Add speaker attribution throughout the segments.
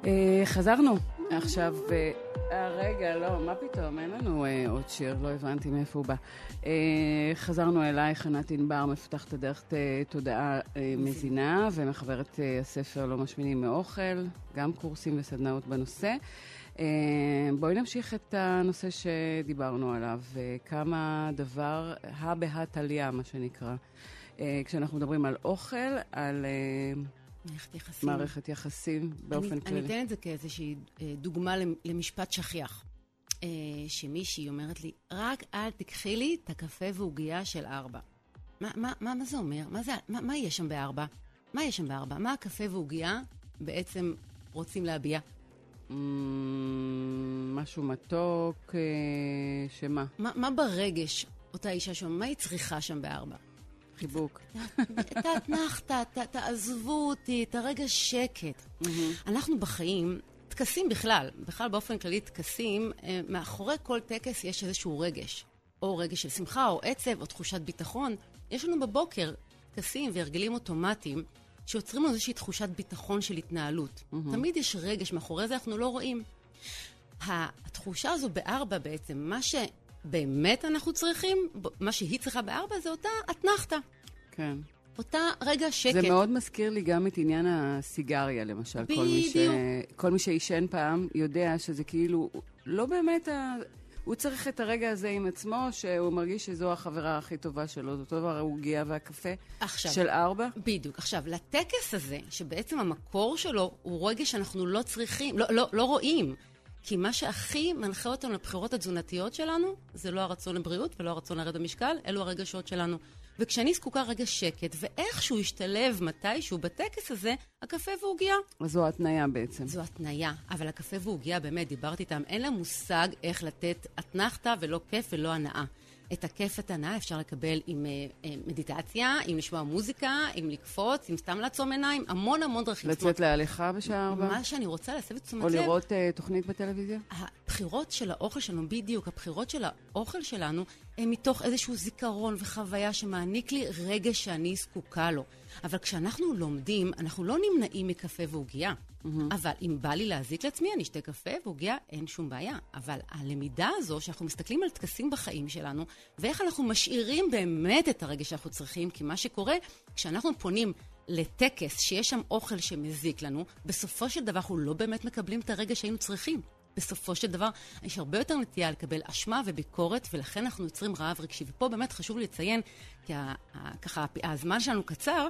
Speaker 1: חזרנו. עכשיו, רגע, לא, מה פתאום? אין לנו עוד שיר, לא הבנתי מאיפה הוא בא. חזרנו אלייך, ענת ענבר, מפתחת דרך תודעה מזינה, ומחברת הספר לא משמינים מאוכל, גם קורסים וסדנאות בנושא. בואי נמשיך את הנושא שדיברנו עליו, כמה דבר, בהתליה, מה שנקרא. כשאנחנו מדברים על אוכל, על מערכת יחסים באופן כללי.
Speaker 2: אני אתן את זה כאיזושהי דוגמה למשפט שכיח. שמישהי אומרת לי, רק אל תקחי לי את הקפה והוגייה של 4. מה זה אומר? מה יש שם ב4? מה יש שם ב4? מה הקפה והוגייה בעצם רוצים להביע?
Speaker 1: משהו מתוק, שמה?
Speaker 2: מה ברגש אותה אישה שם? מה היא צריכה שם ב4?
Speaker 1: חיבוק.
Speaker 2: תתנחת, תעזבו אותי, את הרגע שקט. אנחנו בחיים, טקסים בכלל באופן כללי טקסים, מאחורי כל טקס יש איזשהו רגש. או רגש של שמחה, או עצב, או תחושת ביטחון. יש לנו בבוקר טקסים והרגלים אוטומטיים, שיוצרים לנו איזושהי תחושת ביטחון של התנהלות. תמיד יש רגש, מאחורי זה אנחנו לא רואים. התחושה הזו ב4 בעצם, מה שבאמת אנחנו צריכים, מה שהיא צריכה ב4 זה אותה התנחתה.
Speaker 1: כן.
Speaker 2: אותה רגע שקט.
Speaker 1: זה מאוד מזכיר לי גם את עניין הסיגריה, למשל.
Speaker 2: בדיוק.
Speaker 1: כל מי שישן פעם יודע שזה כאילו, לא באמת, הוא צריך את הרגע הזה עם עצמו, שהוא מרגיש שזו החברה הכי טובה שלו. זאת דבר, העוגיה והקפה של 4.
Speaker 2: בדיוק. עכשיו, לטקס הזה, שבעצם המקור שלו הוא רגע שאנחנו לא צריכים, לא רואים. כי מה שהכי מנחה אותנו לבחירות התזונתיות שלנו, זה לא הרצון לבריאות ולא הרצון לרדת במשקל, אלו הרגשות שלנו. וכשאני זקוקה רגע שקט, ואיכשהו ישתלב מתישהו בטקס הזה, הקפה והוגייה.
Speaker 1: אז זו התניה בעצם.
Speaker 2: זו התניה, אבל הקפה והוגייה, באמת, דיברתי איתם, אין לה מושג איך לתת התנחתה ולא כיף ולא הנאה. את הכיף, את הנאה אפשר לקבל עם מדיטציה, עם לשמוע מוזיקה, עם לקפוץ, עם סתם לעצום עיניים, המון דרכים.
Speaker 1: לצאת להליכה בשעה 4?
Speaker 2: מה שאני רוצה להסב את תשומת
Speaker 1: או
Speaker 2: לב.
Speaker 1: לראות תוכנית בטלוויזיה?
Speaker 2: הבחירות של האוכל שלנו, בדיוק, הבחירות של האוכל שלנו, הם מתוך איזשהו זיכרון וחוויה שמעניק לי רגע שאני זקוקה לו. אבל כשאנחנו לומדים, אנחנו לא נמנעים מקפה והוגייה. אבל אם בא לי להזיק לעצמי, אני אשתה קפה והוגייה, אין שום בעיה. אבל הלמידה הזו, שאנחנו מסתכלים על טקסים בחיים שלנו, ואיך אנחנו משאירים באמת את הרגע שאנחנו צריכים, כי מה שקורה, כשאנחנו פונים לטקס שיש שם אוכל שמזיק לנו, בסופו של דבר אנחנו לא באמת מקבלים את הרגע שהיינו צריכים. בסופו של דבר, יש הרבה יותר נטייה לקבל אשמה וביקורת, ולכן אנחנו יוצרים רעב רגשי. ופה באמת חשוב לציין, כי ככה הזמן שלנו קצר,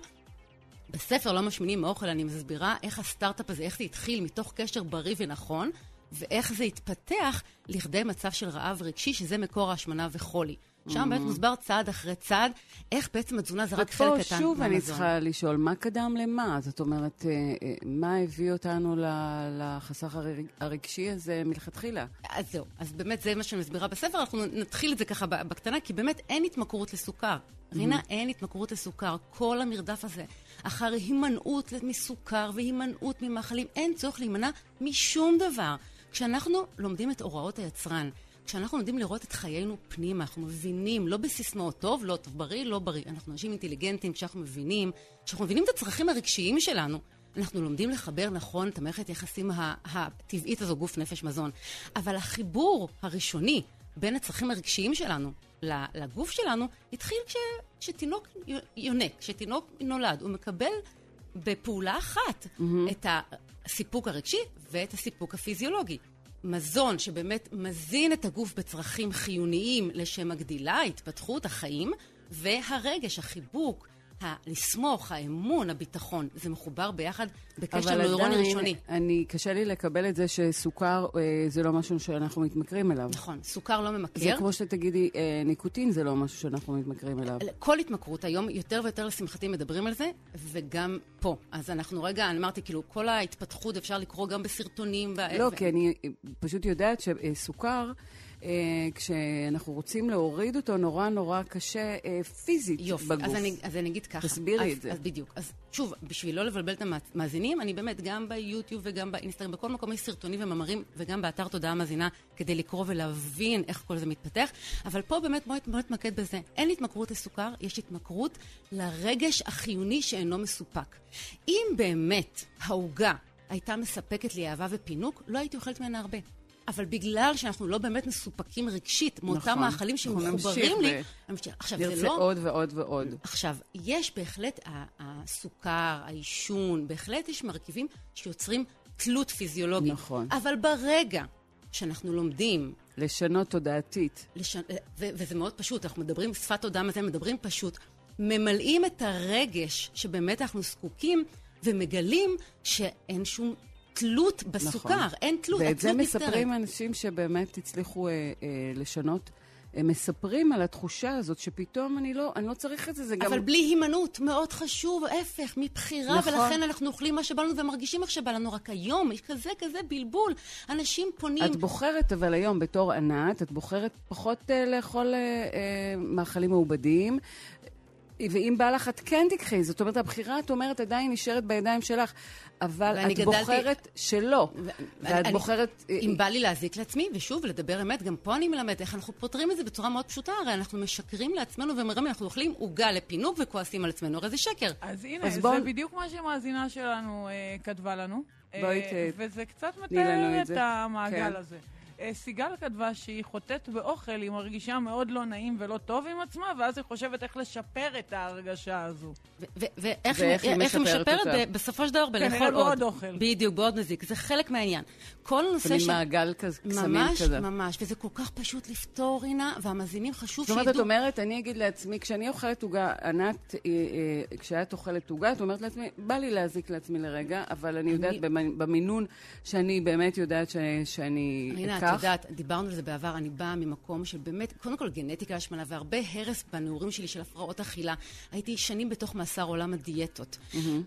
Speaker 2: בספר לא משמינים מאוכל, אני מסבירה איך הסטארט-אפ הזה, איך זה התחיל מתוך קשר בריא ונכון, ואיך זה התפתח לכדי מצב של רעב רגשי, שזה מקור ההשמנה וחולי. שם באמת מוסבר צעד אחרי צעד, איך בעצם התזונה זה רק חלק קטן מהמזון.
Speaker 1: ופה שוב אני צריכה לשאול, מה קדם למה? זאת אומרת, מה הביא אותנו לחסך הרגשי הזה מלכתחילה?
Speaker 2: אז זהו, אז באמת זה מה שאני מסבירה בספר, אנחנו נתחיל את זה ככה בקטנה, כי באמת אין התמכרות לסוכר. רינה, אין התמכרות לסוכר. כל המרדף הזה, אחר הימנעות מסוכר והימנעות ממאכלים, אין צורך להימנע משום דבר. כשאנחנו לומדים את הוראות היצרן, כשאנחנו לומדים לראות את חיינו פנימה, אנחנו מבינים, לא בסיסמאות טוב, לא טוב, בריא, לא בריא. אנחנו אנשים אינטליגנטים, כשאנחנו מבינים את הצרכים הרגשיים שלנו, אנחנו לומדים לחבר נכון את המערכת היחסים הטבעית הזו, גוף, נפש, מזון. אבל החיבור הראשוני בין הצרכים הרגשיים שלנו לגוף שלנו, התחיל כשתינוק יונק, כשתינוק נולד. הוא מקבל בפעולה אחת את הסיפוק הרגשי ואת הסיפוק הפיזיולוגי. מזון שבאמת מזין את הגוף בצרכים חיוניים לשם הגדילה, התפתחות, החיים, והרגש, החיבוק, לסמוך, האמון, הביטחון, זה מחובר ביחד בקשר נוירוני ראשוני.
Speaker 1: קשה לי לקבל את זה שסוכר זה לא משהו שאנחנו מתמכרים אליו.
Speaker 2: נכון, סוכר לא ממכר.
Speaker 1: זה כמו שתגידי, ניקוטין זה לא משהו שאנחנו מתמכרים אליו.
Speaker 2: כל התמכרות היום, יותר ויותר לשמחתי מדברים על זה, וגם פה. אז אנחנו רגע, אני אמרתי, כאילו, כל ההתפתחות אפשר לקרוא גם בסרטונים.
Speaker 1: לא, כי אני פשוט יודעת שסוכר, כשאנחנו רוצים להוריד אותו נורא קשה פיזית בגוף.
Speaker 2: אז אני אגיד ככה.
Speaker 1: תסבירי את זה.
Speaker 2: אז בדיוק. אז שוב, בשביל לא לבלבל את המאזינים, אני באמת גם ביוטיוב וגם באינסטגרם, בכל מקום יש סרטונים ומאמרים, וגם באתר תודעה מאזינה, כדי לקרוא ולהבין איך כל זה מתפתח. אבל פה באמת בוא נתמקד בזה. אין התמכרות לסוכר, יש התמכרות לרגש החיוני שאינו מסופק. אם באמת העוגה הייתה מספקת לי אהבה ופינוק, לא הייתי אוכלת ממנה הרבה. אבל בגלל שאנחנו לא באמת מסופקים רגשית, מאותם מאכלים שמחוברים לי, עכשיו זה
Speaker 1: נרצה עוד ועוד ועוד.
Speaker 2: עכשיו, יש בהחלט הסוכר, העישון, בהחלט יש מרכיבים שיוצרים תלות פיזיולוגית.
Speaker 1: נכון.
Speaker 2: אבל ברגע שאנחנו לומדים
Speaker 1: לשנות תודעתית.
Speaker 2: וזה מאוד פשוט, אנחנו מדברים, שפת תודעה מזה, מדברים פשוט, ממלאים את הרגש שבאמת אנחנו זקוקים, ומגלים שאין שום תלות בסוכר, נכון. אין תלות,
Speaker 1: ואת זה מספרים אנשים שבאמת הצליחו לשנות, מספרים על התחושה הזאת שפתאום אני לא צריך את זה, זה גם...
Speaker 2: אבל בלי הימנעות, מאוד חשוב, ההפך, מבחירה,
Speaker 1: נכון.
Speaker 2: ולכן אנחנו אוכלים מה שבא לנו ומרגישים איך שבא לנו, רק היום, יש כזה בלבול, אנשים פונים...
Speaker 1: את בוחרת, אבל היום בתור ענת, את בוחרת פחות לאכול מאכלים מעובדים, ואם בא לך, את כן תקחי. זאת אומרת, הבחירה, את אומרת, עדיין נשארת בידיים שלך, אבל את בוחרת שלא. ואת בוחרת...
Speaker 2: אם בא לי להזיק לעצמי, ושוב, לדבר אמת, גם פה אני מלמד איך אנחנו פותרים את זה בצורה מאוד פשוטה, הרי אנחנו משקרים לעצמנו ומרמים, אנחנו אוכלים עוגה לפינוק וכועסים על עצמנו, הרי זה שקר.
Speaker 3: אז הנה, זה בדיוק מה שהמאזינה שלנו כתבה לנו. וזה קצת מתאר את המעגל הזה. סיגל כתבה שהיא חוטאת באוכל, היא מרגישה מאוד לא נעים ולא טוב עם עצמה, ואז היא חושבת איך לשפר את ההרגשה הזו.
Speaker 2: ואיך היא משפרת? בסופו של דבר בלאכול עוד אוכל. בדיוק, בעוד מזיק. זה חלק מהעניין. כל נושא
Speaker 1: של... מעגל קסמים כזה.
Speaker 2: ממש, וזה כל כך פשוט לפתור, רינה, והמאזינים חשוב
Speaker 1: שידעו... זאת אומרת, את אומרת, אני אגיד לעצמי, כשאני אוכלת עוגה, ענת, כשאת אוכלת עוגה, את אומרת לעצמי, בא לי להזיק לעצמי לרגע, אבל אני יודעת במינון שאני באמת יודעת שאני
Speaker 2: את יודעת, דיברנו על זה בעבר, אני באה ממקום של באמת, קודם כל גנטיקה השמנה, והרבה הרס בנעורים שלי של הפרעות אכילה. הייתי שנים בתוך מאסר עולם הדיאטות.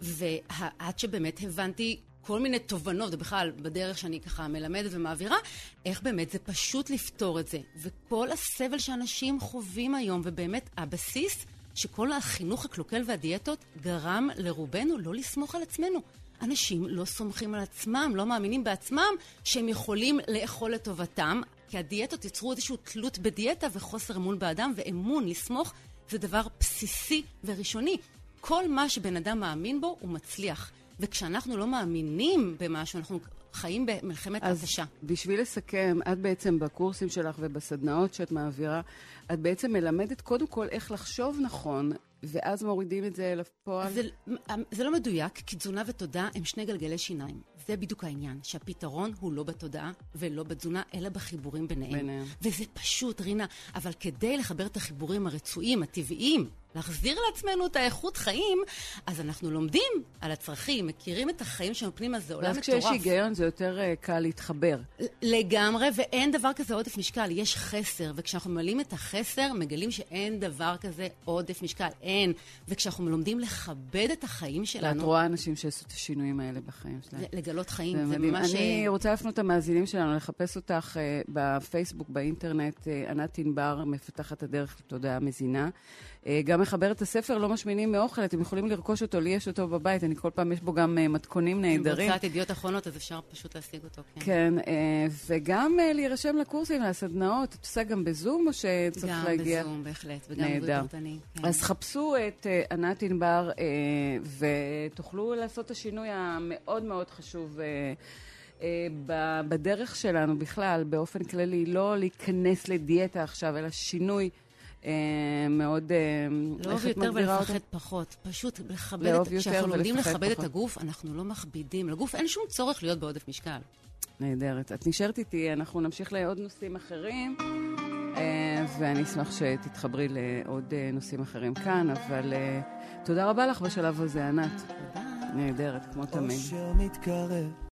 Speaker 2: ועד שבאמת הבנתי כל מיני תובנות, ובכלל בדרך שאני ככה מלמדת ומעבירה, איך באמת זה פשוט לפתור את זה. וכל הסבל שאנשים חווים היום, ובאמת הבסיס שכל החינוך הקלוקל והדיאטות גרם לרובנו לא לסמוך על עצמנו. אנשים לא סומכים על עצמם, לא מאמינים בעצמם שהם יכולים לאכול לטובתם, כי הדיאטות יצרו איזושהי תלות בדיאטה וחוסר אמון באדם, ואמון, לסמוך, זה דבר בסיסי וראשוני. כל מה שבן אדם מאמין בו הוא מצליח. וכשאנחנו לא מאמינים במשהו, אנחנו חיים במלחמת התשה.
Speaker 1: אז בשביל לסכם, את בעצם בקורסים שלך ובסדנאות שאת מעבירה, את בעצם מלמדת קודם כל איך לחשוב נכון, ואז מורידים את זה לפועל?
Speaker 2: זה לא מדויק, כי תזונה ותודעה הם שני גלגלי שיניים. זה בדיוק העניין, שהפתרון הוא לא בתודעה ולא בתזונה, אלא בחיבורים ביניהם. וזה פשוט, רינה, אבל כדי לחבר את החיבורים הרצויים, הטבעיים, להחזיר לעצמנו את האיכות חיים, אז אנחנו לומדים על הצרכים, מכירים את החיים שנותנים, אז זה עולם מטורף.
Speaker 1: ואז כשיש היגיון זה יותר קל להתחבר.
Speaker 2: לגמרי, ואין דבר כזה עודף משקל, יש חסר, וכשאנחנו ממלאים את החסר, מגלים שאין דבר כזה עודף משקל, אין. וכשאנחנו לומדים לכבד את החיים שלנו...
Speaker 1: ואת רואה אנשים שעשו את השינויים האלה בחיים שלהם.
Speaker 2: לגלות חיים, זה ממש...
Speaker 1: אני רוצה לפנות את המאזינים שלנו, לחפש אותך בפייסבוק, באינטרנט, ענת ענבר, מפתחת הדרך לתודעה מזינה. גם מחבר את הספר לא משמינים מאוכל, אתם יכולים לרכוש אותו, לי יש אותו בבית, אני כל פעם יש בו גם מתכונים נהדרים.
Speaker 2: בהוצאת ידיעות אחרונות, אז אפשר פשוט להשיג אותו, כן.
Speaker 1: כן, וגם להירשם לקורסים, לסדנאות, את עושה גם בזום או שצריך להגיע?
Speaker 2: גם בזום, בהחלט, וגם בדורתני.
Speaker 1: אז חפשו את ענת ענבר, ותוכלו לעשות את השינוי המאוד מאוד חשוב בדרך שלנו בכלל, באופן כללי, לא להיכנס לדיאטה עכשיו, אלא שינוי מאוד...
Speaker 2: לאהוב יותר ולפחד פחות. פשוט לכבד, כשאנחנו לומדים לכבד את הגוף, אנחנו לא מכבידים. לגוף אין שום צורך להיות בעודף משקל.
Speaker 1: נהדרת. את נשארת איתי, אנחנו נמשיך לעוד נושאים אחרים, ואני אשמח שתתחברי לעוד נושאים אחרים כאן, אבל תודה רבה לך בשלב הזה, ענת.
Speaker 2: תודה.
Speaker 1: נהדרת, כמו תמיד.